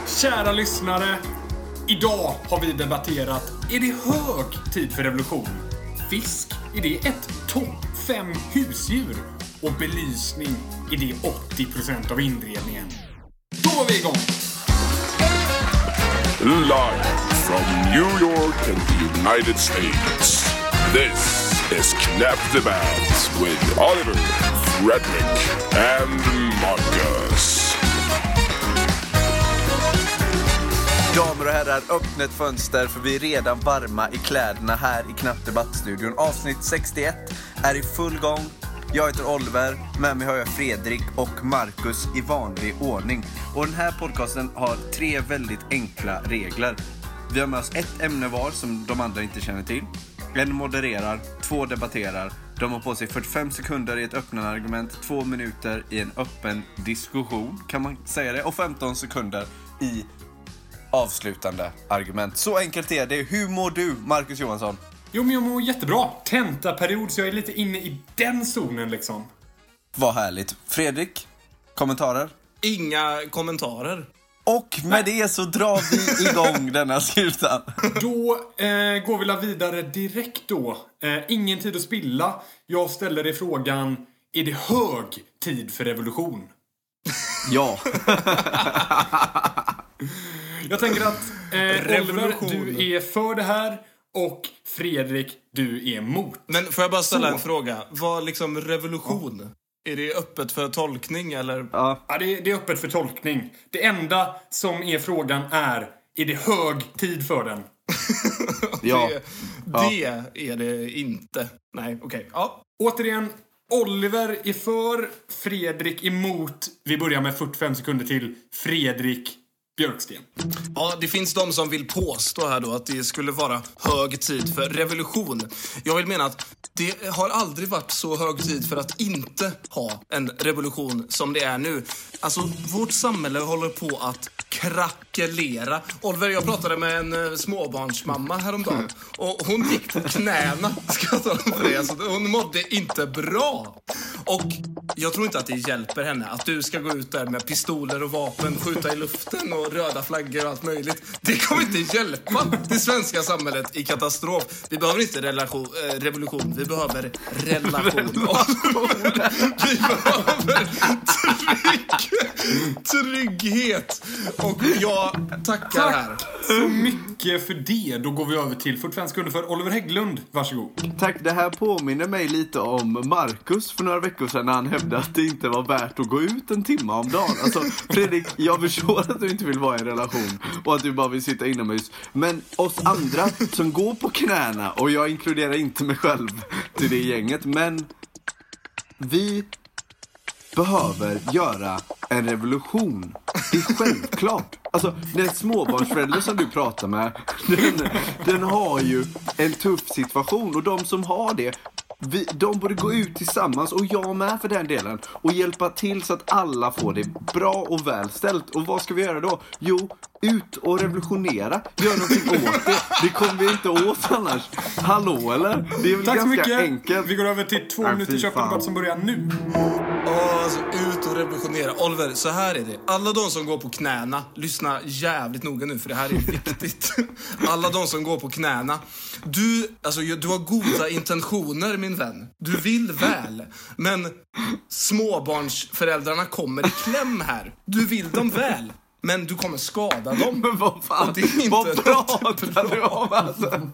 Kära lyssnare, idag har vi debatterat: är det hög tid för revolution? Fisk, är det ett topp 5 husdjur? Och belysning, är det 80% av inredningen? Då var vi igång! Live from New York and the United States, this is Knap Debatt with Oliver, Fredrik and Marcus. Damer och herrar, öppna ett fönster för vi är redan varma i kläderna här i Knap Debatt-studion. Avsnitt 61 är i full gång. Jag heter Oliver, med mig har jag Fredrik och Marcus i vanlig ordning. Och den här podcasten har 3 väldigt enkla regler. Vi har med oss ett ämne var som de andra inte känner till. En modererar, 2 debatterar. De har på sig 45 sekunder i ett öppna argument, 2 minuter i en öppen diskussion, kan man säga det. Och 15 sekunder i avslutande argument. Så enkelt är det. Hur mår du, Marcus Johansson? Jo, men jag mår jättebra. Tentaperiod, så jag är lite inne i den zonen liksom. Vad härligt. Fredrik, kommentarer? Inga kommentarer. Och med det så drar vi igång denna skutan. Då går vi vidare direkt då. Ingen tid att spilla. Jag ställer dig frågan: är det hög tid för revolution? Ja. Jag tänker att Oliver, du är för det här. Och Fredrik, du är emot. Men får jag bara ställa en fråga? Vad liksom revolution? Ja. Är det öppet för tolkning eller? Ja, det är öppet för tolkning. Det enda som är frågan är det hög tid för den? Ja. Det är det inte. Nej, okej. Ja. Återigen, Oliver är för, Fredrik emot. Vi börjar med 45 sekunder till. Fredrik Björksten. Ja, det finns de som vill påstå här då att det skulle vara hög tid för revolution. Jag vill mena att det har aldrig varit så hög tid för att inte ha en revolution som det är nu. Alltså, vårt samhälle håller på att krackelera. Oliver, jag pratade med en småbarnsmamma häromdagen och hon gick på knäna, ska jag tala om det. Alltså, hon mådde inte bra. Och jag tror inte att det hjälper henne att du ska gå ut där med pistoler och vapen, skjuta i luften och röda flaggor och allt möjligt. Det kommer inte hjälpa det svenska samhället i katastrof. Vi behöver inte revolution, vi behöver relation. Vi behöver trygghet. Och jag tackar här. Så mycket för det. Då går vi över till 45 sekunder för Oliver Hägglund. Varsågod. Tack, det här påminner mig lite om Marcus för några veckor sedan när han hävdade att det inte var värt att gå ut en timme om dagen. Alltså, Fredrik, jag förstår att du inte vill vara i en relation och att du bara vill sitta inomhus. Men oss andra som går på knäna, och jag inkluderar inte mig själv till det gänget, men vi behöver göra en revolution. Det är självklart. Alltså, den småbarnsförälder som du pratar med, den har ju en tuff situation. Och de som har det, de borde gå ut tillsammans, och jag med för den delen, och hjälpa till så att alla får det bra och välställt. Och vad ska vi göra då? Jo, ut och revolutionera. Gör någonting åt det. Det kommer vi inte åt annars. Hallå, eller? Det är väl Tack så ganska mycket. enkelt. Vi går över till 2 minuters öppen som börjar nu. Alltså, ut och revolutionera. Oliver, så här är det. Alla de som går på knäna, lyssna jävligt noga nu för det här är viktigt. Alla de som går på knäna, du har goda intentioner, min vän. Du vill väl. Men småbarnsföräldrarna kommer i kläm här. Du vill dem väl, men du kommer skada dem. Men vad fan, vad pratar du om alltså?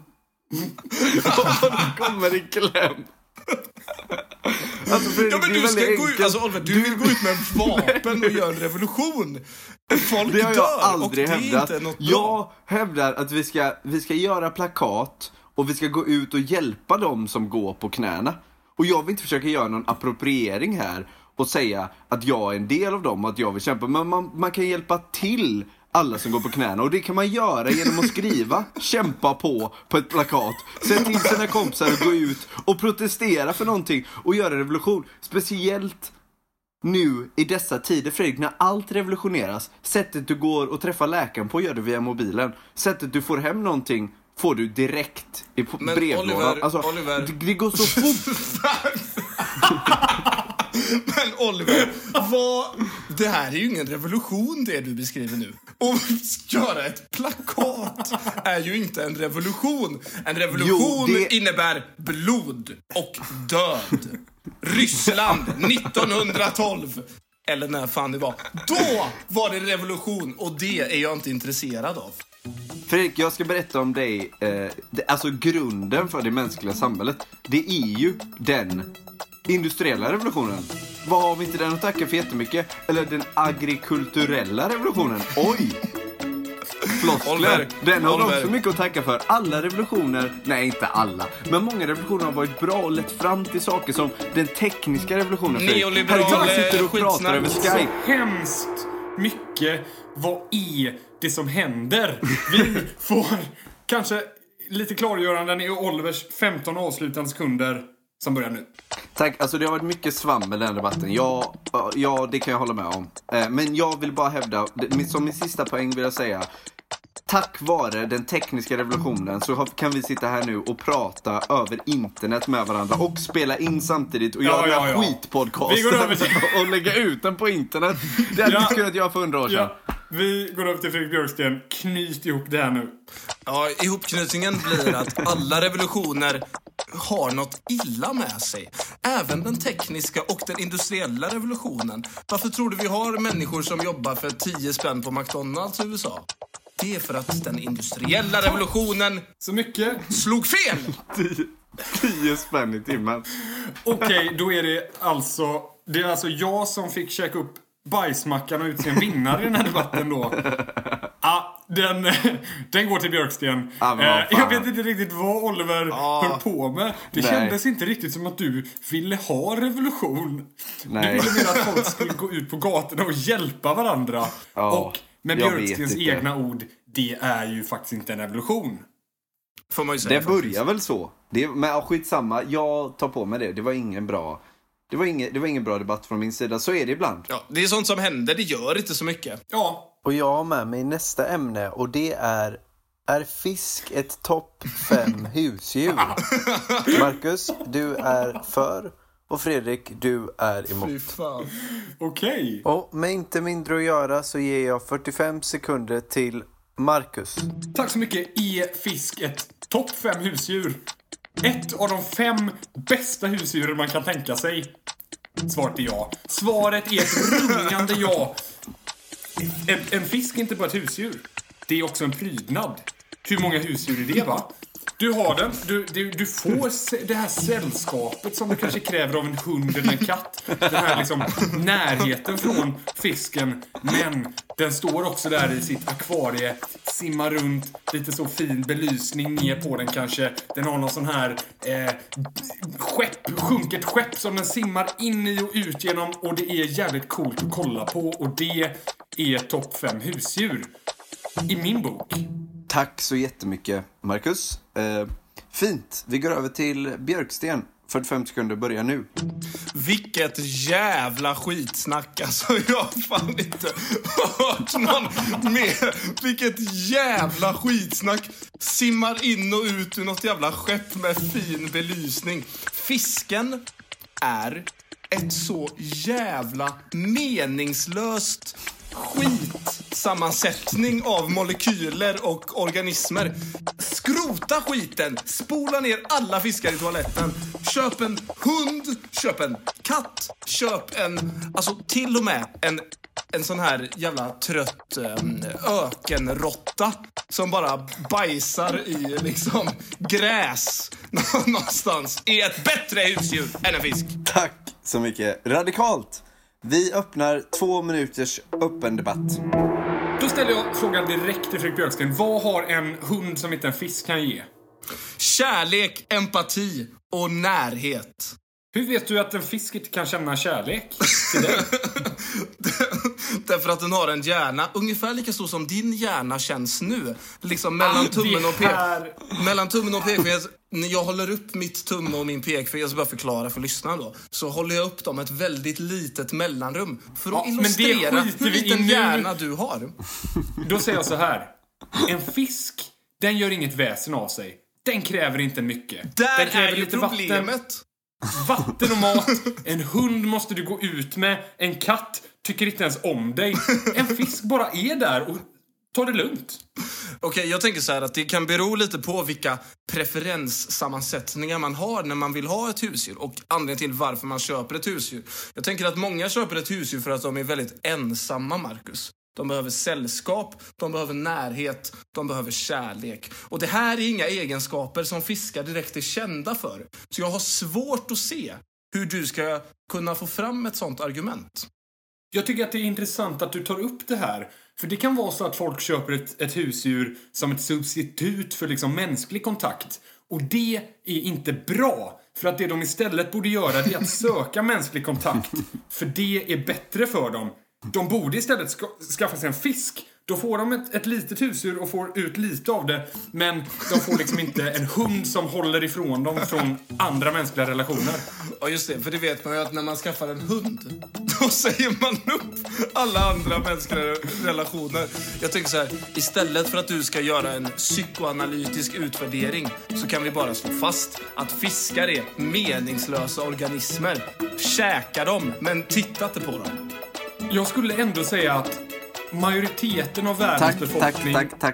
Vad kommer i kläm? Alltså, ja, men du ska gå ut, alltså, Oliver, du vill gå ut med vapen och göra en revolution. Folk det har jag dör, aldrig och det hävdat. är inte något jag hävdar att vi ska göra plakat och vi ska gå ut och hjälpa dem som går på knäna. Och jag vill inte försöka göra någon appropriering här och säga att jag är en del av dem och att jag vill kämpa. Men man kan hjälpa till alla som går på knäna. Och det kan man göra genom att skriva kämpa på ett plakat. Sätt till sina kompisar och gå ut och protestera för någonting och göra revolution. Speciellt nu i dessa tider, Fredrik, när allt revolutioneras. Sättet du går och träffar läkaren på gör du via mobilen. Sättet du får hem någonting får du direkt i brevlådan. Alltså, Oliver. det går så fort. Men Oliver, det här är ju ingen revolution det du beskriver nu. Och göra ett plakat är ju inte en revolution. En revolution innebär blod och död. Ryssland 1912. Eller när fan det var. Då var det revolution och det är jag inte intresserad av. Fredrik, jag ska berätta om dig. Alltså grunden för det mänskliga samhället, det är ju den industriella revolutionen. Vad har vi inte den att tacka för jättemycket? Eller den agrikulturella revolutionen. Oj! Floskler. Den har de också mycket att tacka för. Alla revolutioner, nej inte alla, men många revolutioner har varit bra och lett fram till saker som den tekniska revolutionen. Neoliberal sitter och pratar över Skype. Så hemskt mycket. Vad är det som händer? Vi får kanske lite klargöranden i Olivers 15 avslutande sekunder som börjar nu. Tack, alltså det har varit mycket svammel i den debatten. Ja, det kan jag hålla med om. Men jag vill bara hävda, som min sista poäng vill jag säga, tack vare den tekniska revolutionen så kan vi sitta här nu och prata över internet med varandra och spela in samtidigt och göra skitpodcasten och lägga ut den på internet. Det hade vi kunnat göra för 100 år sedan. Vi går över till Fredrik Björksten. Knyt ihop det här nu. Ja, ihopknytningen blir att alla revolutioner har något illa med sig. Även den tekniska och den industriella revolutionen. Varför tror du vi har människor som jobbar för 10 spänn på McDonalds i USA? Det är för att den industriella revolutionen så mycket slog fel. 10 spänn i timmen. Okej, då är det alltså jag som fick käka upp bajsmackan och utse en vinnare i den här debatten då. Den går till Björksten. Jag vet inte riktigt vad Oliver höll på med. Det kändes inte riktigt som att du ville ha revolution. Nej. Du ville mer att folk skulle gå ut på gatorna och hjälpa varandra. Och med Björkstens egna ord, det är ju faktiskt inte en revolution. Får man ju säga. Det börjar väl så. Men skitsamma, jag tar på mig det. Det var ingen bra debatt från min sida. Så är det ibland. Ja, det är sånt som händer, det gör inte så mycket. Ja. Och jag har med mig nästa ämne och det är fisk ett topp 5 husdjur? Marcus, du är för och Fredrik, du är emot. Fy fan. Okej. Och med inte mindre att göra så ger jag 45 sekunder till Marcus. Tack så mycket. Är fisk ett topp 5 husdjur? Ett av de 5 bästa husdjuren man kan tänka sig. Svaret är ja. Svaret är ett rungande ja. En fisk är inte bara ett husdjur. Det är också en prydnad. Hur många husdjur är det, va? Du har den. Du får det här sällskapet som du kanske kräver av en hund eller en katt. Den här liksom närheten från fisken. Men den står också där i sitt akvarie. Simmar runt. Lite så fin belysning ner på den kanske. Den har någon sån här sjunket skepp som den simmar in i och ut genom. Och det är jävligt coolt att kolla på. Och det är topp 5 husdjur. I min bok. Tack så jättemycket, Marcus. Fint. Vi går över till Björksten. 45 sekunder börjar nu. Vilket jävla skitsnack. Alltså, jag har fan inte hört någon mer. Vilket jävla skitsnack. Simmar in och ut ur något jävla skepp med fin belysning. Fisken är ett så jävla meningslöst skitsammansättning av molekyler och organismer. Skrota skiten. Spola ner alla fiskar i toaletten. Köp en hund. Köp en katt. Köp alltså till och med en sån här jävla trött ökenrotta som bara bajsar i liksom gräs någonstans. Är ett bättre husdjur än en fisk. Tack så mycket. Radikalt. Vi öppnar 2 minuters öppen debatt. Då ställer jag frågan direkt till Fredrik Björksten. Vad har en hund som inte en fisk kan ge? Kärlek, empati och närhet. Hur vet du att en fisk inte kan känna kärlek till dig? Därför att den har en hjärna ungefär lika stor som din hjärna känns nu. Liksom mellan tummen och mellan tummen och pekfingret. När jag håller upp mitt tumme och min pekfinger, jag ska bara förklara för lyssnarna då, så håller jag upp dem ett väldigt litet mellanrum för att illustrera hur liten hjärna du har. Då säger jag så här. En fisk, den gör inget väsen av sig. Den kräver inte mycket. Där den kräver är ju lite problemet. vatten. Vatten och mat. En hund måste du gå ut med. En katt tycker inte ens om dig. En fisk bara är där och tar det lugnt. Okej, jag tänker så här att det kan bero lite på vilka preferenssammansättningar man har när man vill ha ett husdjur och anledningen till varför man köper ett husdjur. Jag tänker att många köper ett husdjur för att de är väldigt ensamma, Marcus. De behöver sällskap, de behöver närhet, de behöver kärlek. Och det här är inga egenskaper som fiskar direkt är kända för. Så jag har svårt att se hur du ska kunna få fram ett sånt argument. Jag tycker att det är intressant att du tar upp det här. För det kan vara så att folk köper ett husdjur som ett substitut för liksom mänsklig kontakt. Och det är inte bra. För att det de istället borde göra är att söka mänsklig kontakt. För det är bättre för dem. De borde istället skaffa sig en fisk. Då får de ett litet husdjur och får ut lite av det. Men de får liksom inte en hund som håller ifrån dem från andra mänskliga relationer. Ja, just det. För det vet man ju att när man skaffar en hund, då säger man upp alla andra mänskliga relationer. Jag tänker så här, istället för att du ska göra en psykoanalytisk utvärdering så kan vi bara slå fast att fiskar är meningslösa organismer. Käka dem, men titta inte på dem. Jag skulle ändå säga att majoriteten av världens befolkning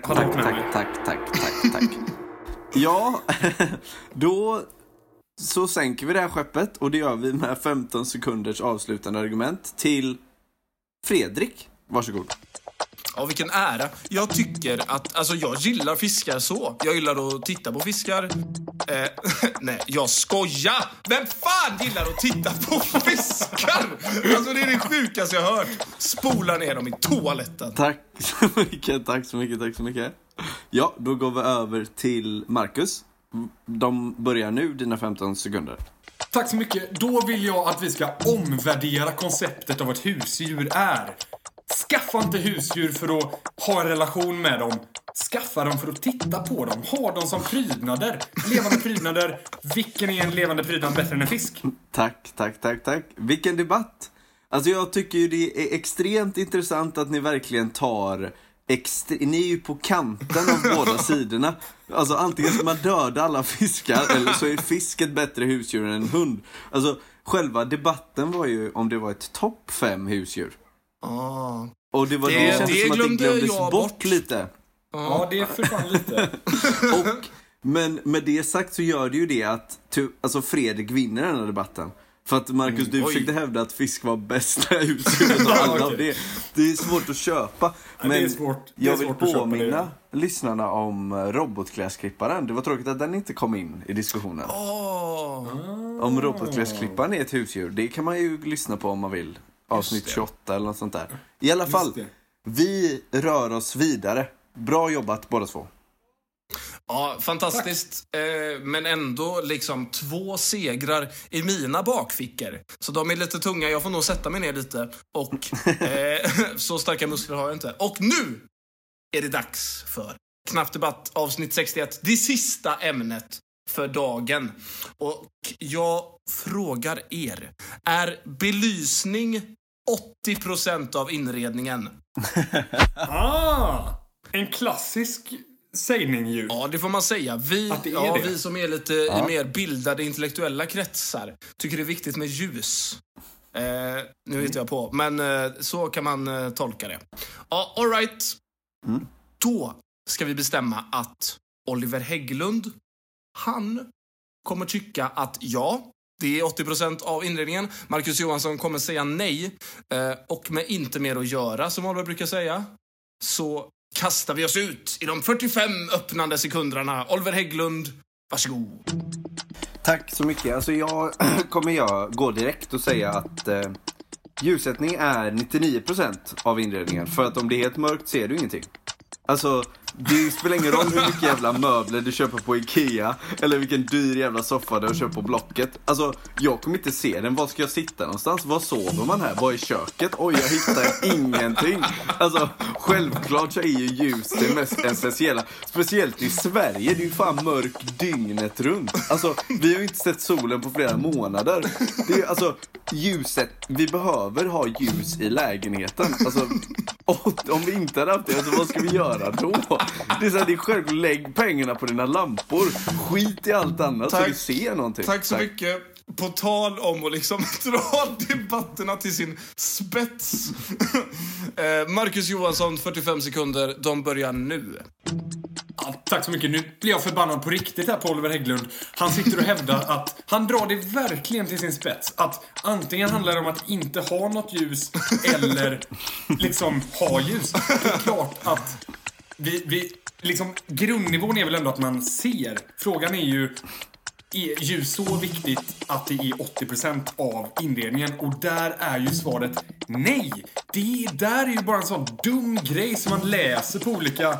Tack. Ja, då så sänker vi det här skeppet och det gör vi med 15 sekunders avslutande argument till Fredrik. Varsågod. Ja, vilken ära. Jag tycker att, alltså jag gillar fiskar så. Jag gillar att titta på fiskar. Nej, jag skojar. Vem fan gillar att titta på fiskar? Alltså det är det sjukaste jag har hört. Spola ner dem i toaletten. Tack så mycket. Ja, då går vi över till Marcus. De börjar nu, dina 15 sekunder. Tack så mycket. Då vill jag att vi ska omvärdera konceptet av ett husdjur är. Skaffa inte husdjur för att ha en relation med dem. Skaffa dem för att titta på dem. Ha dem som prydnader. Levande prydnader. Vilken är en levande prydnad bättre än en fisk? Tack. Vilken debatt. Alltså jag tycker ju det är extremt intressant att ni verkligen tar... Ni är ju på kanten av båda sidorna. Alltså antingen ska man döda alla fiskar eller så är fisk ett bättre husdjur än en hund. Alltså själva debatten var ju om det var ett topp 5 husdjur. Och det var det kändes som att det glömdes bort lite. Ja, det är för fan lite. Men med det sagt så gör det ju det att alltså Fredrik vinner den här debatten. För att Marcus, du försökte hävda att fisk var bästa husdjuret av alla av det. Det är svårt att köpa. Men det är svårt. Jag vill påminna lyssnarna om robotkläsklipparen. Det var tråkigt att den inte kom in i diskussionen. Om robotkläsklipparen är ett husdjur, det kan man ju lyssna på om man vill. Avsnitt 28 eller något sånt där. I alla fall, vi rör oss vidare. Bra jobbat båda två. Ja, fantastiskt. Men ändå liksom 2 segrar i mina bakfickor. Så de är lite tunga, jag får nog sätta mig ner lite. Och så starka muskler har jag inte. Och nu är det dags för Knappt debatt avsnitt 61. Det sista ämnet för dagen. Och jag frågar er. Är belysning 80% av inredningen? En klassisk sägning ju. Ja, det får man säga. Vi som är lite i mer bildade intellektuella kretsar tycker det är viktigt med ljus. Nu hittar jag på. Men så kan man tolka det. Ja, all right. Då ska vi bestämma att Oliver Hägglund, han kommer tycka att det är 80% av inredningen. Marcus Johansson kommer säga nej. Och med inte mer att göra, som Oliver brukar säga, så kastar vi oss ut i de 45 öppnande sekunderna. Oliver Hägglund, varsågod. Tack så mycket. Alltså jag gå direkt och säga att ljussättning är 99% av inredningen. För att om det är helt mörkt ser du ingenting. Alltså, det spelar ingen roll hur mycket jävla möbler du köper på Ikea eller vilken dyr jävla soffa du köper på Blocket. Alltså, jag kommer inte se den. Var ska jag sitta någonstans? Var sover man här? Var är köket? Oj, jag hittar ingenting. Alltså, självklart så är ju ljus det mest essentiella. Speciellt i Sverige, det är ju fan mörk dygnet runt. Alltså, vi har ju inte sett solen på flera månader. Det är alltså, ljuset, vi behöver ha ljus i lägenheten. Alltså, om vi inte hade haft det, alltså, vad ska vi göra då? Det är så här, det är självklart, lägg pengarna på dina lampor. Skit i allt annat så du ser någonting. Tack så mycket. på tal om att liksom dra debatterna till sin spets. Marcus Johansson, 45 sekunder. De börjar nu. Ja, tack så mycket. Nu blir jag förbannad på riktigt här på Oliver Hägglund. Han sitter och hävdar att han drar det verkligen till sin spets. Att antingen handlar det om att inte ha något ljus eller liksom ha ljus. Det är klart att vi liksom, grundnivån är väl ändå att man ser. Frågan är ju, är ljus så viktigt att det är 80% av inredningen? Och där är ju svaret nej. Det där är ju bara en sån dum grej som man läser på olika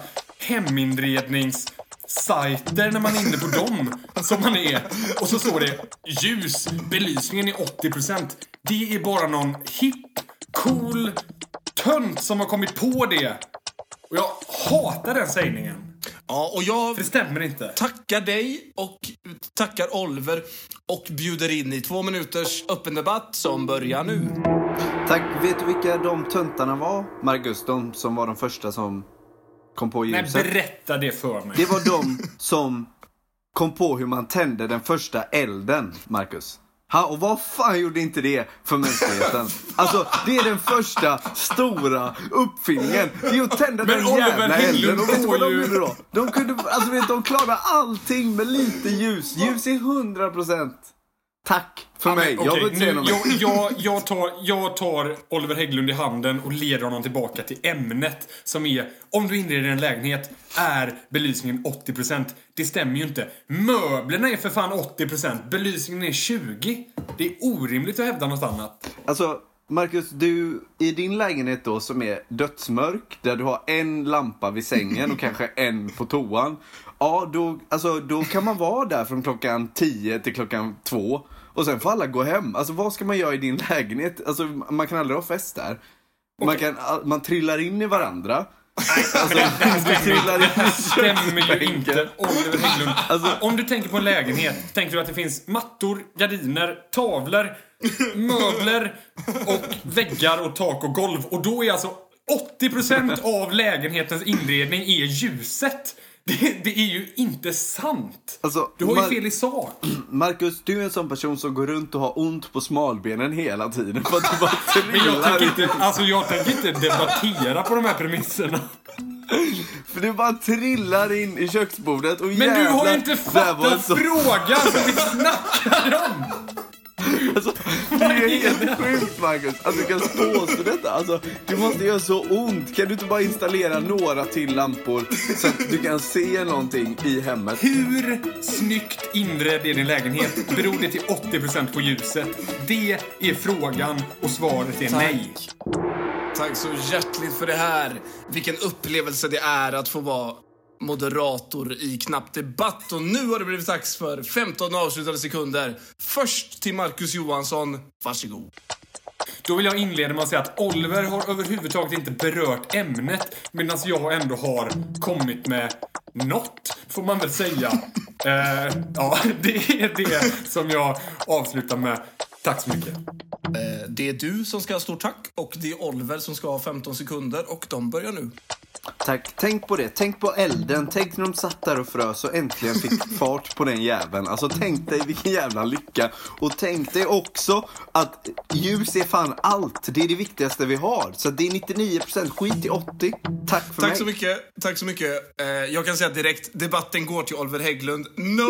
heminredningssajter när man är inne på dem som man är. Och så står det ljus, belysningen är 80%. Det är bara någon hipp, cool tönt som har kommit på det. Och jag hatar den sägningen. Ja, och jag För det stämmer inte. tackar dig och tackar Oliver och bjuder in i 2 minuters öppen debatt som börjar nu. Tack. Vet du vilka de töntarna var, Marcus? De som var de första som kom på ljuset. Nej, berätta det för mig. Det var de som kom på hur man tände den första elden, Marcus. Och vad fan gjorde inte det för mänskligheten? Alltså, det är den första stora uppfinningen. Det är att tända den jävla elden. Och vet du vad de gjorde då? De klarade allting med lite ljus. Ljus är 100%. Tack för mig. Men, jag vill säga något. Jag tar Oliver Hägglund i handen och leder honom tillbaka till ämnet som är, om du inreder en lägenhet är belysningen 80%. Det stämmer ju inte. Möblerna är för fan 80%. Belysningen är 20%. Det är orimligt att hävda något annat. Alltså, Marcus, du i din lägenhet då som är dödsmörk, där du har en lampa vid sängen och kanske en på toan. Ja, då kan man vara där från klockan 10 till klockan 2 och sen får alla gå hem. Alltså, vad ska man göra i din lägenhet? Alltså, man kan aldrig ha fest där. Man trillar in i varandra. Alltså, det här stämmer ju inte, Oliver Hägglund. Om du tänker på en lägenhet, tänker du att det finns mattor, gardiner, tavlor, möbler och väggar och tak och golv. Och då är alltså 80% av lägenhetens inredning är ljuset. Det är ju inte sant. Alltså, du har ju fel i sak. Marcus, du är en sån person som går runt och har ont på smalbenen hela tiden för att du bara Men jag tänker inte debattera på de här premisserna. För du bara trillar in i köksbordet och men jävlar, du har ju inte fattat frågan som vi snackar om. Alltså, det är helt sjukt, Marcus. Alltså, du kan påstå detta. Alltså, du måste göra så ont. Kan du inte bara installera några till lampor så att du kan se någonting i hemmet? Hur snyggt inredd är din lägenhet? Beror det till 80% på ljuset? Det är frågan och svaret är nej. Tack så hjärtligt för det här. Vilken upplevelse det är att få vara moderator i Knapp Debatt. Och nu har det blivit dags för 15 avslutade sekunder. Först till Marcus Johansson. Varsågod. Då vill jag inleda med att säga att Oliver har överhuvudtaget inte berört ämnet, medan jag ändå har kommit med något, får man väl säga. Ja, det är det som jag avslutar med. Tack så mycket. Det är du som ska ha stort tack och det är Oliver som ska ha 15 sekunder och de börjar nu. Tack, tänk på det. Tänk på elden. Tänk när de satt där och frös och äntligen fick fart på den jäveln. Alltså, tänk dig vilken jävla lycka. Och tänk dig också att ljus är fan allt. Det är det viktigaste vi har. Så det är 99%, skit i 80. Tack för mig. Tack så mycket. Jag kan säga direkt, debatten går till Oliver Hägglund.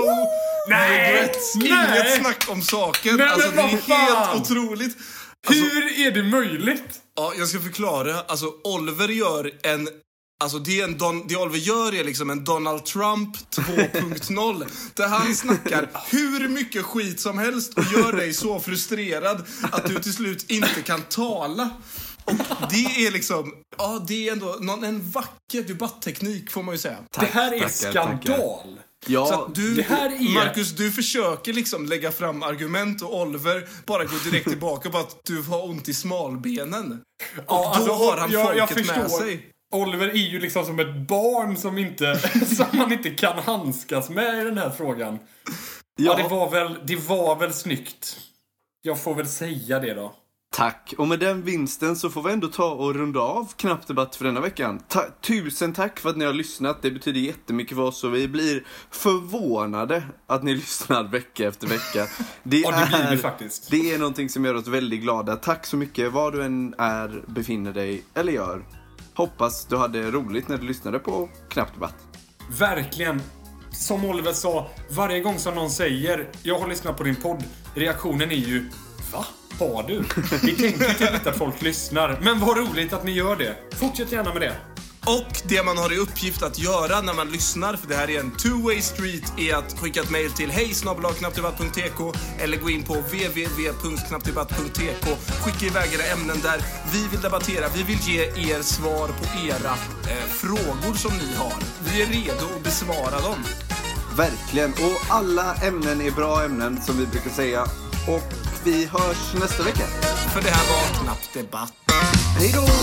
Regrets. Inget snack om saken. Nej, alltså, det är helt otroligt. Alltså, hur är det möjligt? Ja, jag ska förklara. Alltså, Oliver gör en... Alltså det Oliver gör är liksom en Donald Trump 2.0 där han snackar hur mycket skit som helst och gör dig så frustrerad att du till slut inte kan tala. Och det är liksom, ja, det är ändå en vacker debattteknik får man ju säga. Det här är skandal. Ja, så att det här är... Marcus, du försöker liksom lägga fram argument och Oliver bara går direkt tillbaka på att du har ont i smalbenen. Och ja, då har han folket med sig. Oliver är ju liksom som ett barn som man inte kan handskas med i den här frågan. Ja, det var väl snyggt. Jag får väl säga det då. Tack. Och med den vinsten så får vi ändå ta och runda av Knappt Debatt för denna veckan. Tusen tack för att ni har lyssnat. Det betyder jättemycket för oss och vi blir förvånade att ni lyssnar vecka efter vecka. Det blir vi faktiskt. Det är någonting som gör oss väldigt glada. Tack så mycket, var du än är, befinner dig eller gör. Hoppas du hade roligt när du lyssnade på Knappt Debatt. Verkligen. Som Oliver sa, varje gång som någon säger jag har lyssnat på din podd, reaktionen är ju va? Har du? Vi tänker typ inte att folk lyssnar. Men vad roligt att ni gör det. Fortsätt gärna med det. Och det man har i uppgift att göra när man lyssnar, för det här är en two-way street, är att skicka ett mejl till hej@knappdebatt.tk eller gå in på www.knappdebatt.tk. Skicka iväg era ämnen där vi vill debattera. Vi vill ge er svar på era frågor som ni har. Vi är redo att besvara dem. Verkligen. Och alla ämnen är bra ämnen som vi brukar säga. Och vi hörs nästa vecka. För det här var Knappt Debatt. Hej då!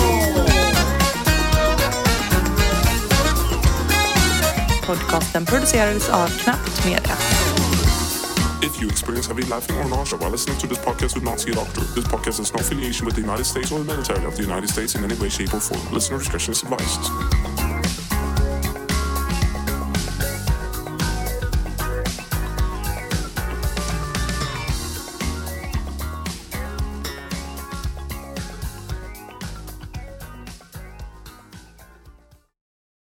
Podcasten producerades av Knappt Media. If you experience heavy laughing or nausea while listening to this podcast, do not see a doctor. This podcast has no affiliation with the United States or the military of the United States in any way, shape, or form. Listener discretion is advised.